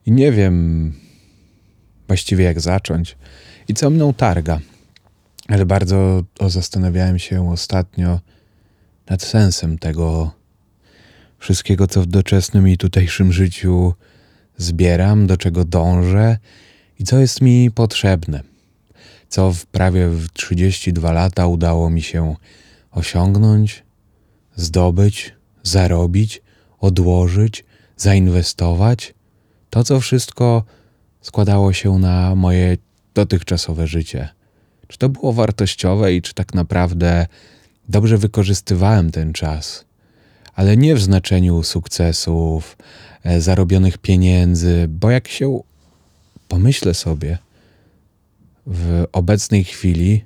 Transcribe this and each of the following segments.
I nie wiem właściwie jak zacząć i co mną targa. Ale bardzo zastanawiałem się ostatnio nad sensem tego wszystkiego, co w doczesnym i tutejszym życiu zbieram, do czego dążę i co jest mi potrzebne. Co prawie w 32 lata udało mi się osiągnąć, zdobyć, zarobić, odłożyć, zainwestować. To, co wszystko składało się na moje dotychczasowe życie. Czy to było wartościowe i czy tak naprawdę dobrze wykorzystywałem ten czas? Ale nie w znaczeniu sukcesów, zarobionych pieniędzy, bo jak się pomyślę sobie w obecnej chwili,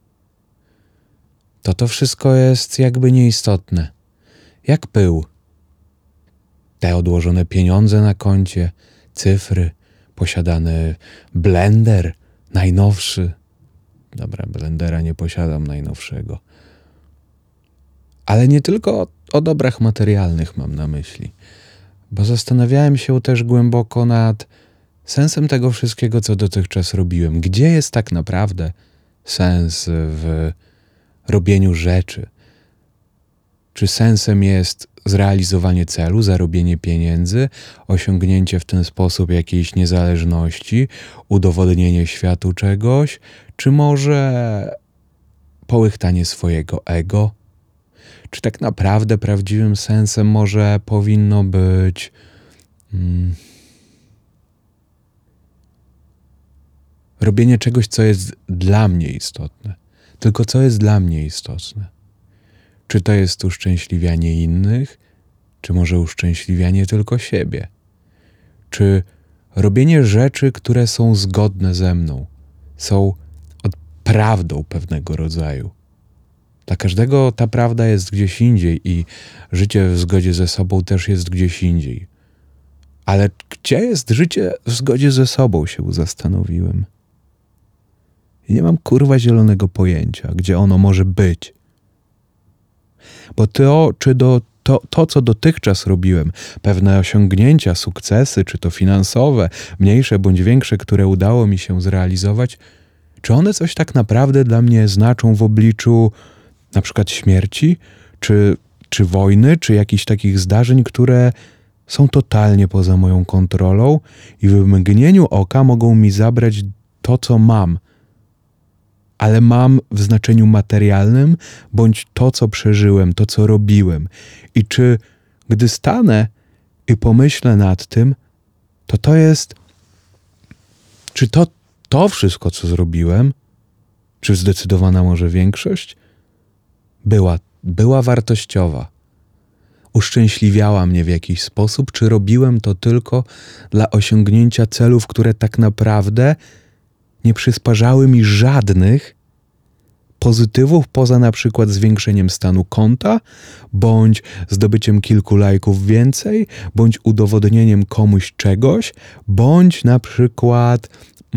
to wszystko jest jakby nieistotne. Jak pył. Te odłożone pieniądze na koncie, cyfry, posiadany blender najnowszy. Dobra, blendera nie posiadam najnowszego. Ale nie tylko o dobrach materialnych mam na myśli, bo zastanawiałem się też głęboko nad sensem tego wszystkiego, co dotychczas robiłem. Gdzie jest tak naprawdę sens w robieniu rzeczy? Czy sensem jest zrealizowanie celu, zarobienie pieniędzy, osiągnięcie w ten sposób jakiejś niezależności, udowodnienie światu czegoś, czy może połychtanie swojego ego? Czy tak naprawdę prawdziwym sensem może powinno być robienie czegoś, co jest dla mnie istotne? Tylko co jest dla mnie istotne? Czy to jest uszczęśliwianie innych, czy może uszczęśliwianie tylko siebie? Czy robienie rzeczy, które są zgodne ze mną, są prawdą pewnego rodzaju? Dla każdego ta prawda jest gdzieś indziej i życie w zgodzie ze sobą też jest gdzieś indziej. Ale gdzie jest życie w zgodzie ze sobą, się zastanowiłem. I nie mam zielonego pojęcia, gdzie ono może być. Bo to, co dotychczas robiłem, pewne osiągnięcia, sukcesy, czy to finansowe, mniejsze bądź większe, które udało mi się zrealizować, czy one coś tak naprawdę dla mnie znaczą w obliczu na przykład śmierci, czy wojny, czy jakichś takich zdarzeń, które są totalnie poza moją kontrolą i w mgnieniu oka mogą mi zabrać to, co mam, ale mam w znaczeniu materialnym, bądź to, co przeżyłem, to, co robiłem. I czy gdy stanę i pomyślę nad tym, to jest, czy to wszystko, co zrobiłem, czy zdecydowana może większość, była wartościowa. Uszczęśliwiała mnie w jakiś sposób, czy robiłem to tylko dla osiągnięcia celów, które tak naprawdę nie przysparzały mi żadnych pozytywów poza na przykład zwiększeniem stanu konta, bądź zdobyciem kilku lajków więcej, bądź udowodnieniem komuś czegoś, bądź na przykład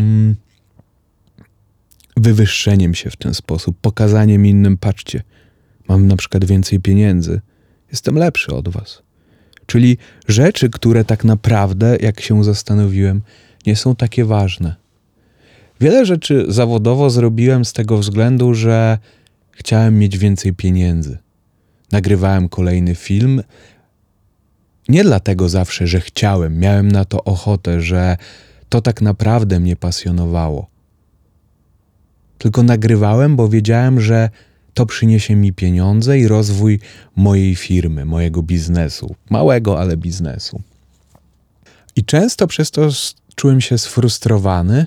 wywyższeniem się w ten sposób, pokazaniem innym, patrzcie, mam na przykład więcej pieniędzy, jestem lepszy od was. Czyli rzeczy, które tak naprawdę, jak się zastanowiłem, nie są takie ważne. Wiele rzeczy zawodowo zrobiłem z tego względu, że chciałem mieć więcej pieniędzy. Nagrywałem kolejny film. Nie dlatego zawsze, że chciałem, miałem na to ochotę, że to tak naprawdę mnie pasjonowało. Tylko nagrywałem, bo wiedziałem, że to przyniesie mi pieniądze i rozwój mojej firmy, mojego biznesu. Małego, ale biznesu. I często przez to czułem się sfrustrowany,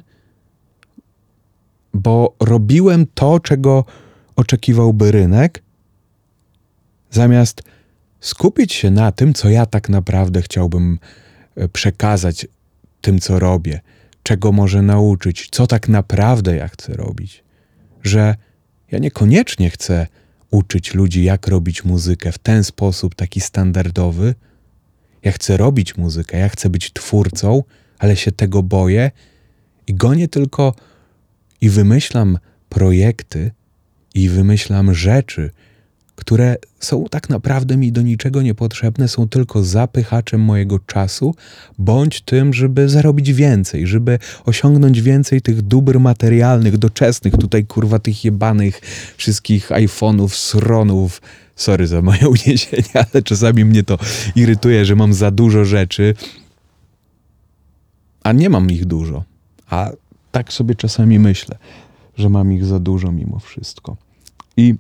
bo robiłem to, czego oczekiwałby rynek, zamiast skupić się na tym, co ja tak naprawdę chciałbym przekazać tym, co robię, czego może nauczyć, co tak naprawdę ja chcę robić. Że ja niekoniecznie chcę uczyć ludzi, jak robić muzykę w ten sposób, taki standardowy. Ja chcę robić muzykę, ja chcę być twórcą, ale się tego boję i gonię tylko i wymyślam projekty i wymyślam rzeczy, które są tak naprawdę mi do niczego niepotrzebne, są tylko zapychaczem mojego czasu, bądź tym, żeby zarobić więcej, żeby osiągnąć więcej tych dóbr materialnych, doczesnych, tutaj kurwa tych jebanych wszystkich iPhone'ów, sronów. Sorry za moje uniesienie, ale czasami mnie to irytuje, że mam za dużo rzeczy, a nie mam ich dużo. A tak sobie czasami myślę, że mam ich za dużo mimo wszystko. I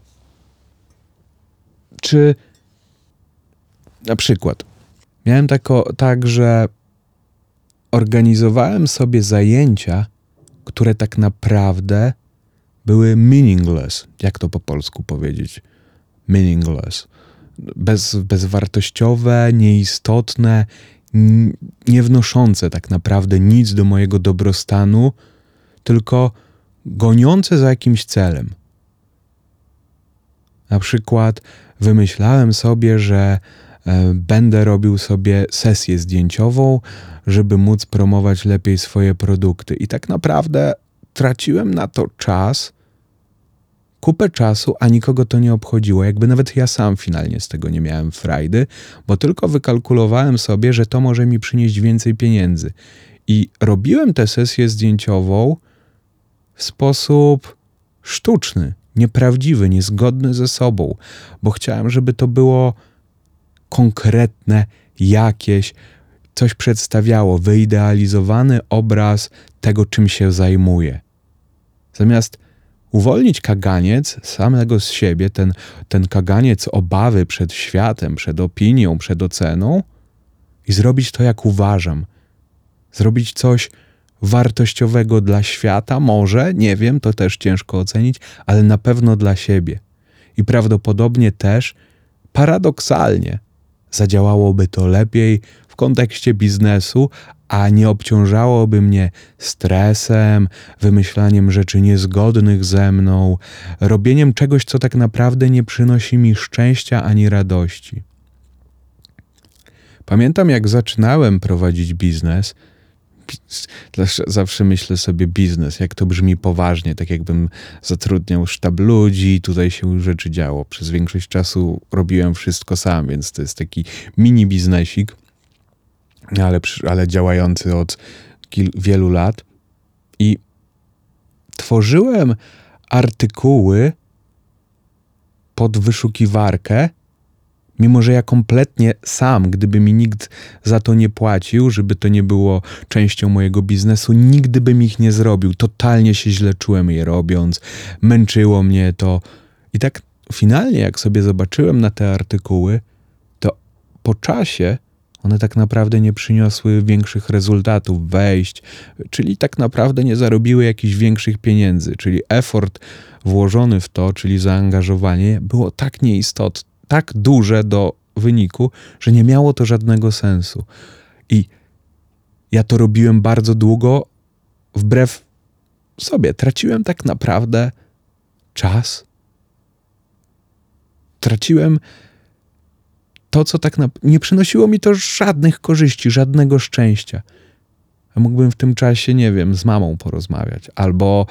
czy na przykład miałem tak, że organizowałem sobie zajęcia, które tak naprawdę były meaningless. Jak to po polsku powiedzieć? Meaningless. Bezwartościowe, nieistotne, nie wnoszące tak naprawdę nic do mojego dobrostanu, tylko goniące za jakimś celem. Na przykład wymyślałem sobie, że będę robił sobie sesję zdjęciową, żeby móc promować lepiej swoje produkty. I tak naprawdę traciłem na to czas, kupę czasu, a nikogo to nie obchodziło. Jakby nawet ja sam finalnie z tego nie miałem frajdy, bo tylko wykalkulowałem sobie, że to może mi przynieść więcej pieniędzy. I robiłem tę sesję zdjęciową w sposób sztuczny, nieprawdziwy, niezgodny ze sobą, bo chciałem, żeby to było konkretne, jakieś, coś przedstawiało, wyidealizowany obraz tego, czym się zajmuję. Zamiast uwolnić kaganiec samego z siebie, ten kaganiec obawy przed światem, przed opinią, przed oceną i zrobić to, jak uważam. Zrobić coś wartościowego dla świata, może, nie wiem, to też ciężko ocenić, ale na pewno dla siebie. I prawdopodobnie też, paradoksalnie, zadziałałoby to lepiej w kontekście biznesu, a nie obciążałoby mnie stresem, wymyślaniem rzeczy niezgodnych ze mną, robieniem czegoś, co tak naprawdę nie przynosi mi szczęścia ani radości. Pamiętam, jak zaczynałem prowadzić biznes, zawsze myślę sobie biznes, jak to brzmi poważnie, tak jakbym zatrudniał sztab ludzi, tutaj się rzeczy działo. Przez większość czasu robiłem wszystko sam, więc to jest taki mini biznesik, ale działający od wielu lat. I tworzyłem artykuły pod wyszukiwarkę, mimo że ja kompletnie sam, gdyby mi nikt za to nie płacił, żeby to nie było częścią mojego biznesu, nigdy bym ich nie zrobił. Totalnie się źle czułem je robiąc, męczyło mnie to. I tak finalnie, jak sobie zobaczyłem na te artykuły, to po czasie one tak naprawdę nie przyniosły większych rezultatów, wejść, czyli tak naprawdę nie zarobiły jakichś większych pieniędzy, czyli effort włożony w to, czyli zaangażowanie było tak nieistotne, tak duże do wyniku, że nie miało to żadnego sensu. I ja to robiłem bardzo długo, wbrew sobie. Traciłem tak naprawdę czas. Traciłem to, co nie przynosiło mi to żadnych korzyści, żadnego szczęścia. A mógłbym w tym czasie, nie wiem, z mamą porozmawiać, albo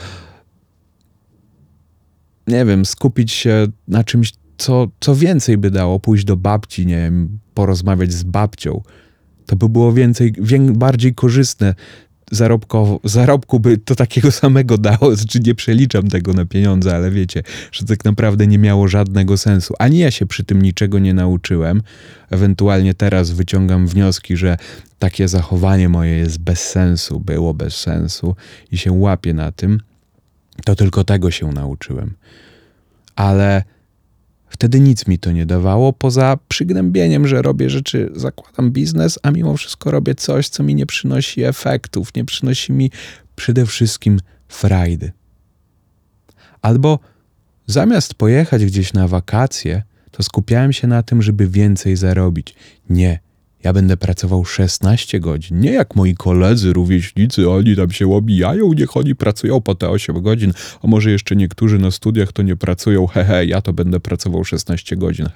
nie wiem, skupić się na czymś, co więcej by dało, pójść do babci, nie wiem, porozmawiać z babcią. To by było bardziej korzystne. Zarobku by to takiego samego dało, znaczy nie przeliczam tego na pieniądze, ale wiecie, że tak naprawdę nie miało żadnego sensu. Ani ja się przy tym niczego nie nauczyłem. Ewentualnie teraz wyciągam wnioski, że takie zachowanie moje jest bez sensu, było bez sensu i się łapię na tym. To tylko tego się nauczyłem. Ale wtedy nic mi to nie dawało, poza przygnębieniem, że robię rzeczy, zakładam biznes, a mimo wszystko robię coś, co mi nie przynosi efektów, nie przynosi mi przede wszystkim frajdy. Albo zamiast pojechać gdzieś na wakacje, to skupiałem się na tym, żeby więcej zarobić. Nie, ja będę pracował 16 godzin. Nie jak moi koledzy, rówieśnicy, oni tam się obijają, niech oni pracują po te 8 godzin, a może jeszcze niektórzy na studiach to nie pracują, ja to będę pracował 16 godzin,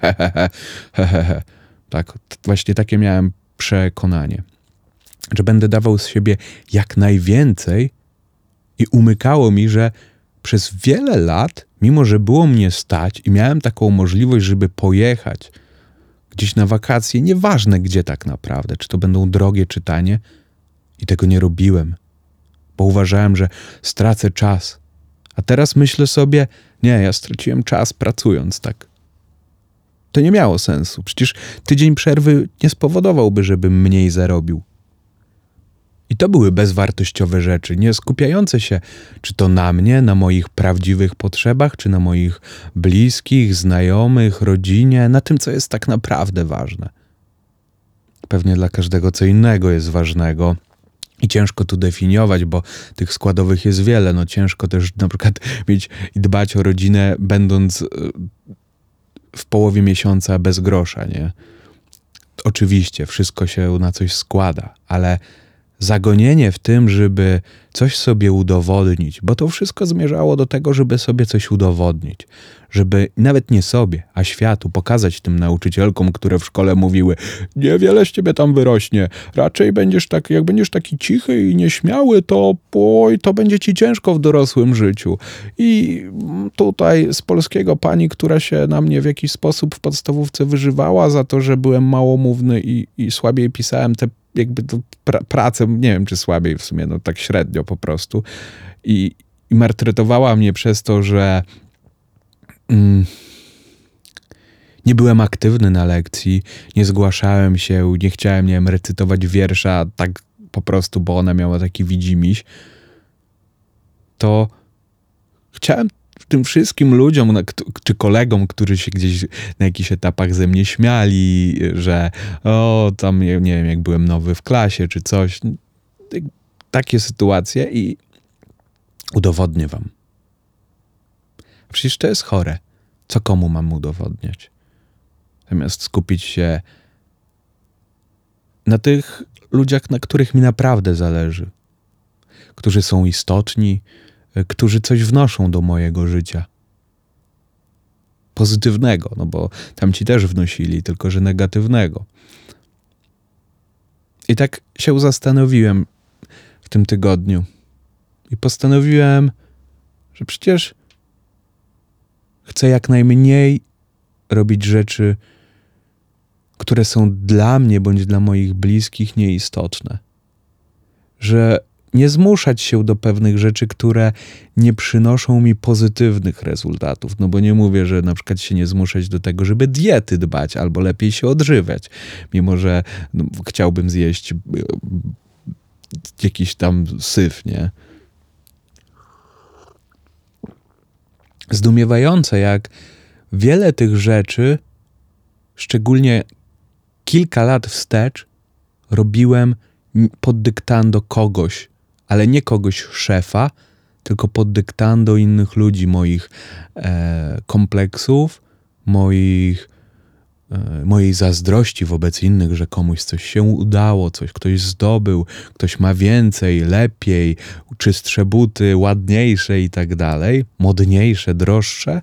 Tak, właśnie takie miałem przekonanie, że będę dawał z siebie jak najwięcej i umykało mi, że przez wiele lat mimo że było mnie stać i miałem taką możliwość, żeby pojechać gdzieś na wakacje, nieważne gdzie tak naprawdę, czy to będą drogie, czy tanie, i tego nie robiłem, bo uważałem, że stracę czas. A teraz myślę sobie, nie, ja straciłem czas pracując tak. To nie miało sensu. Przecież tydzień przerwy nie spowodowałby, żebym mniej zarobił. I to były bezwartościowe rzeczy, nie skupiające się czy to na mnie, na moich prawdziwych potrzebach, czy na moich bliskich, znajomych, rodzinie, na tym, co jest tak naprawdę ważne. Pewnie dla każdego co innego jest ważnego i ciężko tu definiować, bo tych składowych jest wiele. No ciężko też na przykład mieć i dbać o rodzinę, będąc w połowie miesiąca bez grosza, nie? Oczywiście wszystko się na coś składa, ale zagonienie w tym, żeby coś sobie udowodnić, bo to wszystko zmierzało do tego, żeby sobie coś udowodnić, żeby nawet nie sobie, a światu pokazać tym nauczycielkom, które w szkole mówiły, niewiele z ciebie tam wyrośnie, raczej będziesz tak, jak będziesz taki cichy i nieśmiały, to to będzie ci ciężko w dorosłym życiu. I tutaj z polskiego pani, która się na mnie w jakiś sposób w podstawówce wyżywała za to, że byłem małomówny i słabiej pisałem te jakby to pracę, nie wiem czy słabiej w sumie, no tak średnio po prostu. I maltretowała mnie przez to, że nie byłem aktywny na lekcji, nie zgłaszałem się, nie chciałem, nie wiem, recytować wiersza tak po prostu, bo ona miała taki widzimisię. To chciałem tym wszystkim ludziom, czy kolegom, którzy się gdzieś na jakichś etapach ze mnie śmiali, że tam nie wiem, jak byłem nowy w klasie, czy coś. Takie sytuacje i udowodnię wam. Przecież to jest chore. Co komu mam udowodniać? Zamiast skupić się na tych ludziach, na których mi naprawdę zależy. Którzy są istotni, którzy coś wnoszą do mojego życia. Pozytywnego, no bo tamci też wnosili, tylko że negatywnego. I tak się zastanowiłem w tym tygodniu. I postanowiłem, że przecież chcę jak najmniej robić rzeczy, które są dla mnie bądź dla moich bliskich nieistotne. Że nie zmuszać się do pewnych rzeczy, które nie przynoszą mi pozytywnych rezultatów. No bo nie mówię, że na przykład się nie zmuszać do tego, żeby diety dbać albo lepiej się odżywiać. Mimo, że chciałbym zjeść jakiś tam syf, nie? Zdumiewające, jak wiele tych rzeczy, szczególnie kilka lat wstecz, robiłem pod dyktando kogoś, ale nie kogoś szefa, tylko pod dyktando innych ludzi, moich kompleksów, mojej zazdrości wobec innych, że komuś coś się udało, coś ktoś zdobył, ktoś ma więcej, lepiej, czystsze buty, ładniejsze i tak dalej, modniejsze, droższe,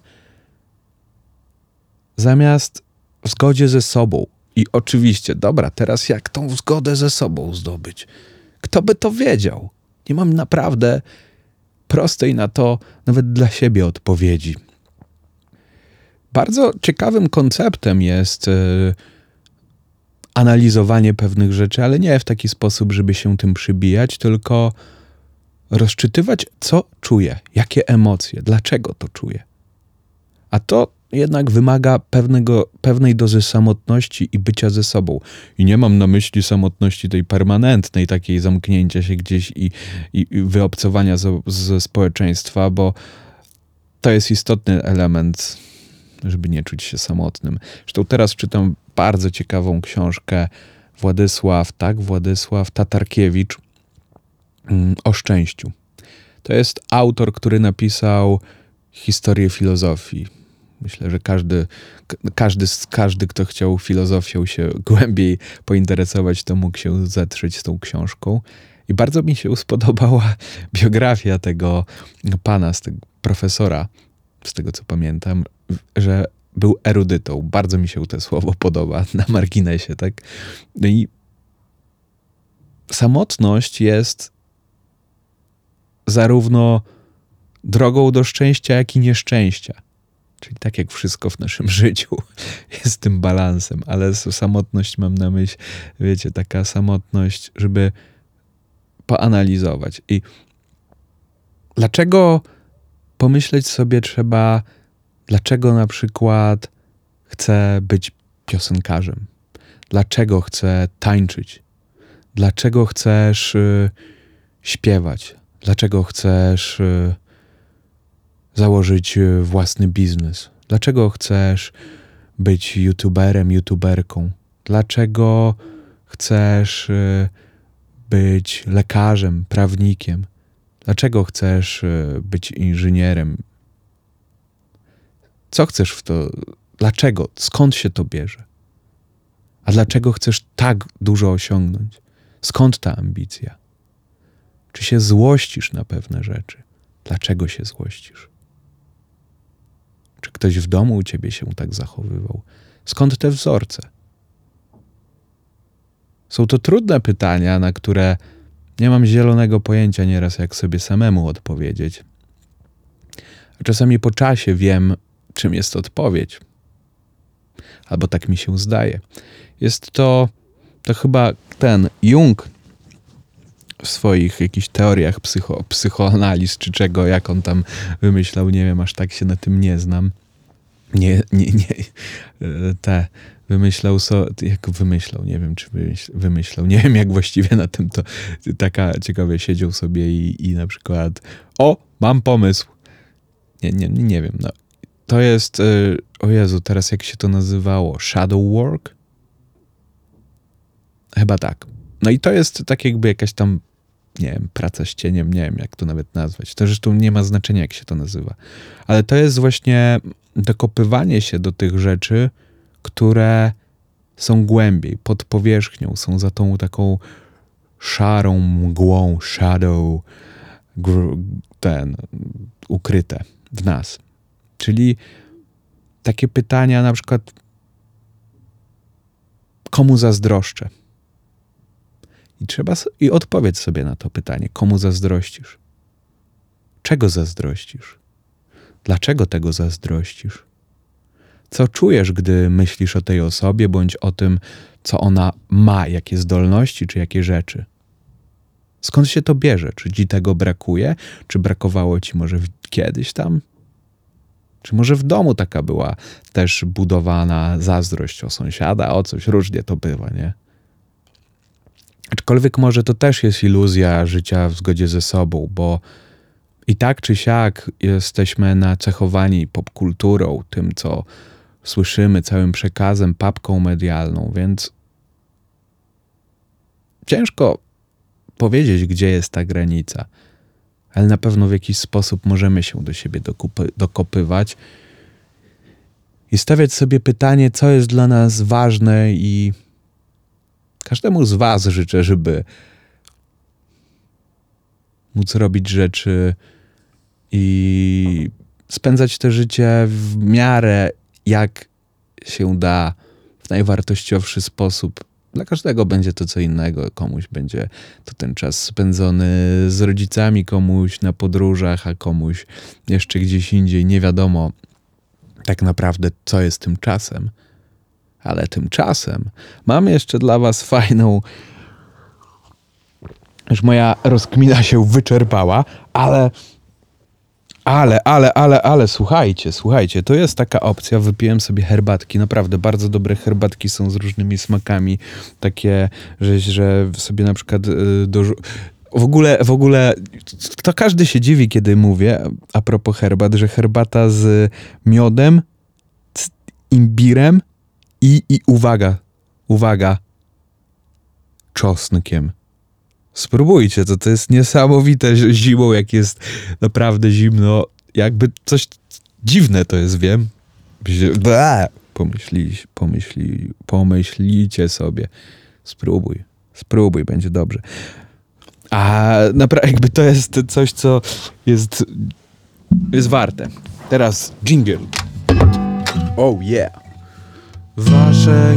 zamiast w zgodzie ze sobą. I oczywiście, dobra, teraz jak tą zgodę ze sobą zdobyć? Kto by to wiedział? Nie mam naprawdę prostej na to nawet dla siebie odpowiedzi. Bardzo ciekawym konceptem jest analizowanie pewnych rzeczy, ale nie w taki sposób, żeby się tym przybijać, tylko rozczytywać, co czuję, jakie emocje, dlaczego to czuję. A to jednak wymaga pewnej dozy samotności i bycia ze sobą. I nie mam na myśli samotności tej permanentnej, takiej zamknięcia się gdzieś i wyobcowania ze społeczeństwa, bo to jest istotny element, żeby nie czuć się samotnym. Zresztą teraz czytam bardzo ciekawą książkę Władysław Tatarkiewicz o szczęściu. To jest autor, który napisał historię filozofii. Myślę, że każdy, kto chciał filozofią się głębiej pointeresować, to mógł się zetrzeć z tą książką. I bardzo mi się spodobała biografia tego pana, z tego profesora, z tego co pamiętam, że był erudytą. Bardzo mi się to słowo podoba, na marginesie, tak? No i samotność jest zarówno drogą do szczęścia, jak i nieszczęścia. Czyli tak jak wszystko w naszym życiu jest tym balansem, ale samotność mam na myśli, wiecie, taka samotność, żeby poanalizować. I dlaczego pomyśleć sobie trzeba, dlaczego na przykład chcę być piosenkarzem? Dlaczego chcę tańczyć? Dlaczego chcesz śpiewać? Dlaczego chcesz założyć własny biznes? Dlaczego chcesz być youtuberem, youtuberką? Dlaczego chcesz być lekarzem, prawnikiem? Dlaczego chcesz być inżynierem? Co chcesz w to? Dlaczego? Skąd się to bierze? A dlaczego chcesz tak dużo osiągnąć? Skąd ta ambicja? Czy się złościsz na pewne rzeczy? Dlaczego się złościsz? Czy ktoś w domu u ciebie się tak zachowywał? Skąd te wzorce? Są to trudne pytania, na które nie mam zielonego pojęcia nieraz, jak sobie samemu odpowiedzieć. A czasami po czasie wiem, czym jest odpowiedź. Albo tak mi się zdaje. Jest to chyba ten Jung w swoich jakichś teoriach psychoanaliz czy czego, jak on tam wymyślał, nie wiem, aż tak się na tym nie znam. Wymyślał nie wiem jak właściwie na tym to taka ciekawie siedział sobie i na przykład mam pomysł. Nie wiem, no. To jest, o Jezu, teraz jak się to nazywało? Shadow work? Chyba tak. No i to jest tak jakby jakaś tam, nie wiem, praca z cieniem, nie wiem jak to nawet nazwać. To zresztą nie ma znaczenia jak się to nazywa. Ale to jest właśnie dokopywanie się do tych rzeczy, które są głębiej, pod powierzchnią, są za tą taką szarą mgłą, shadow, ukryte w nas. Czyli takie pytania na przykład, komu zazdroszczę? I odpowiedz sobie na to pytanie, komu zazdrościsz? Czego zazdrościsz? Dlaczego tego zazdrościsz? Co czujesz, gdy myślisz o tej osobie, bądź o tym, co ona ma, jakie zdolności, czy jakie rzeczy? Skąd się to bierze? Czy ci tego brakuje? Czy brakowało ci może kiedyś tam? Czy może w domu taka była też budowana zazdrość o sąsiada, o coś, różnie to bywa, nie? Aczkolwiek może to też jest iluzja życia w zgodzie ze sobą, bo i tak czy siak jesteśmy nacechowani popkulturą, tym co słyszymy, całym przekazem, papką medialną, więc ciężko powiedzieć, gdzie jest ta granica, ale na pewno w jakiś sposób możemy się do siebie dokopywać i stawiać sobie pytanie, co jest dla nas ważne, i każdemu z was życzę, żeby móc robić rzeczy i spędzać to życie w miarę jak się da, w najwartościowszy sposób. Dla każdego będzie to co innego. Komuś będzie to ten czas spędzony z rodzicami, komuś na podróżach, a komuś jeszcze gdzieś indziej. Nie wiadomo tak naprawdę, co jest tym czasem. Ale tymczasem mam jeszcze dla was fajną... Już moja rozkmina się wyczerpała, ale słuchajcie, to jest taka opcja. Wypiłem sobie herbatki, naprawdę bardzo dobre herbatki są z różnymi smakami, takie, że sobie na przykład w ogóle to każdy się dziwi, kiedy mówię a propos herbat, że herbata z miodem, z imbirem i uwaga, czosnkiem. Spróbujcie, to jest niesamowite zimą, jak jest naprawdę zimno. Jakby coś dziwne to jest, wiem. Pomyślicie sobie. Spróbuj, będzie dobrze. A naprawdę jakby to jest coś, co jest warte. Teraz jingle. Oh yeah. Wasze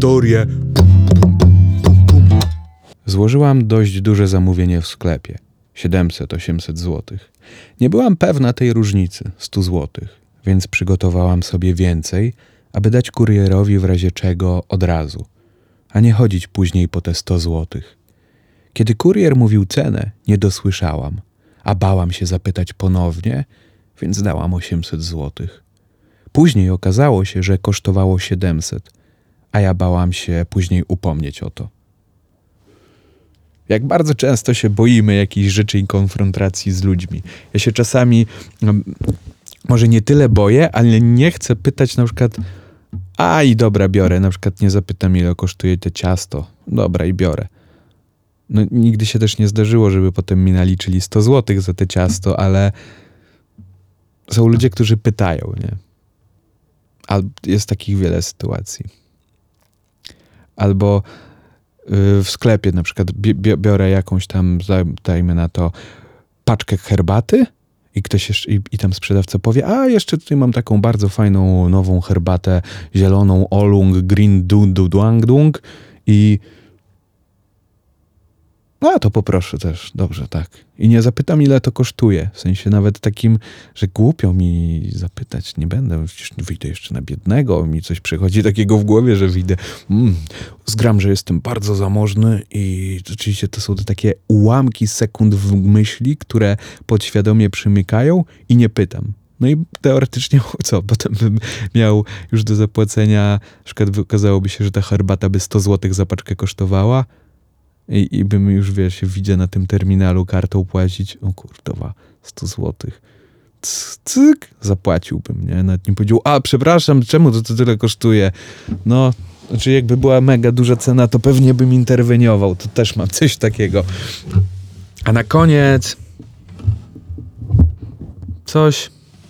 historie. Złożyłam dość duże zamówienie w sklepie. 700-800 złotych. Nie byłam pewna tej różnicy, 100 złotych, więc przygotowałam sobie więcej, aby dać kurierowi w razie czego od razu, a nie chodzić później po te 100 złotych. Kiedy kurier mówił cenę, nie dosłyszałam, a bałam się zapytać ponownie, więc dałam 800 złotych. Później okazało się, że kosztowało 700, a ja bałam się później upomnieć o to. Jak bardzo często się boimy jakichś rzeczy i konfrontacji z ludźmi. Ja się czasami, może nie tyle boję, ale nie chcę pytać na przykład, i dobra, biorę. Na przykład nie zapytam, ile kosztuje to ciasto. Dobra, i biorę. No, nigdy się też nie zdarzyło, żeby potem mi naliczyli 100 złotych za te ciasto, ale są ludzie, którzy pytają, nie? Jest takich wiele sytuacji. Albo w sklepie na przykład biorę jakąś tam, dajmy na to, paczkę herbaty i ktoś jeszcze, i tam sprzedawca powie, jeszcze tutaj mam taką bardzo fajną, nową herbatę zieloną Olung Green Duang Dung i to poproszę też. Dobrze, tak. I nie zapytam, ile to kosztuje. W sensie nawet takim, że głupio mi zapytać. Nie będę. Przecież wyjdę jeszcze na biednego. Mi coś przychodzi takiego w głowie, że wyjdę. Zgram, że jestem bardzo zamożny i oczywiście to są te takie ułamki sekund w myśli, które podświadomie przymykają i nie pytam. No i teoretycznie potem bym miał już do zapłacenia, na przykład okazałoby się, że ta herbata by 100 złotych za paczkę kosztowała, I bym już, się widzę na tym terminalu kartą płacić. O kurwa, 100 złotych. Cyk, zapłaciłbym, nie? Nawet nie powiedział, przepraszam, czemu to tyle kosztuje? No, znaczy jakby była mega duża cena, to pewnie bym interweniował. To też mam coś takiego. A na koniec coś,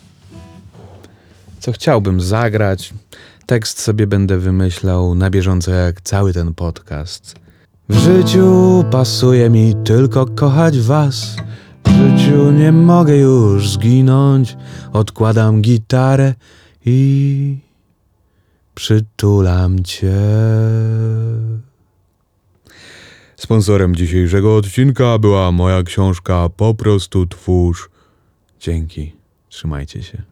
co chciałbym zagrać. Tekst sobie będę wymyślał na bieżąco, jak cały ten podcast. W życiu pasuje mi tylko kochać was. W życiu nie mogę już zginąć. Odkładam gitarę i przytulam cię. Sponsorem dzisiejszego odcinka była moja książka Po prostu twórz. Dzięki. Trzymajcie się.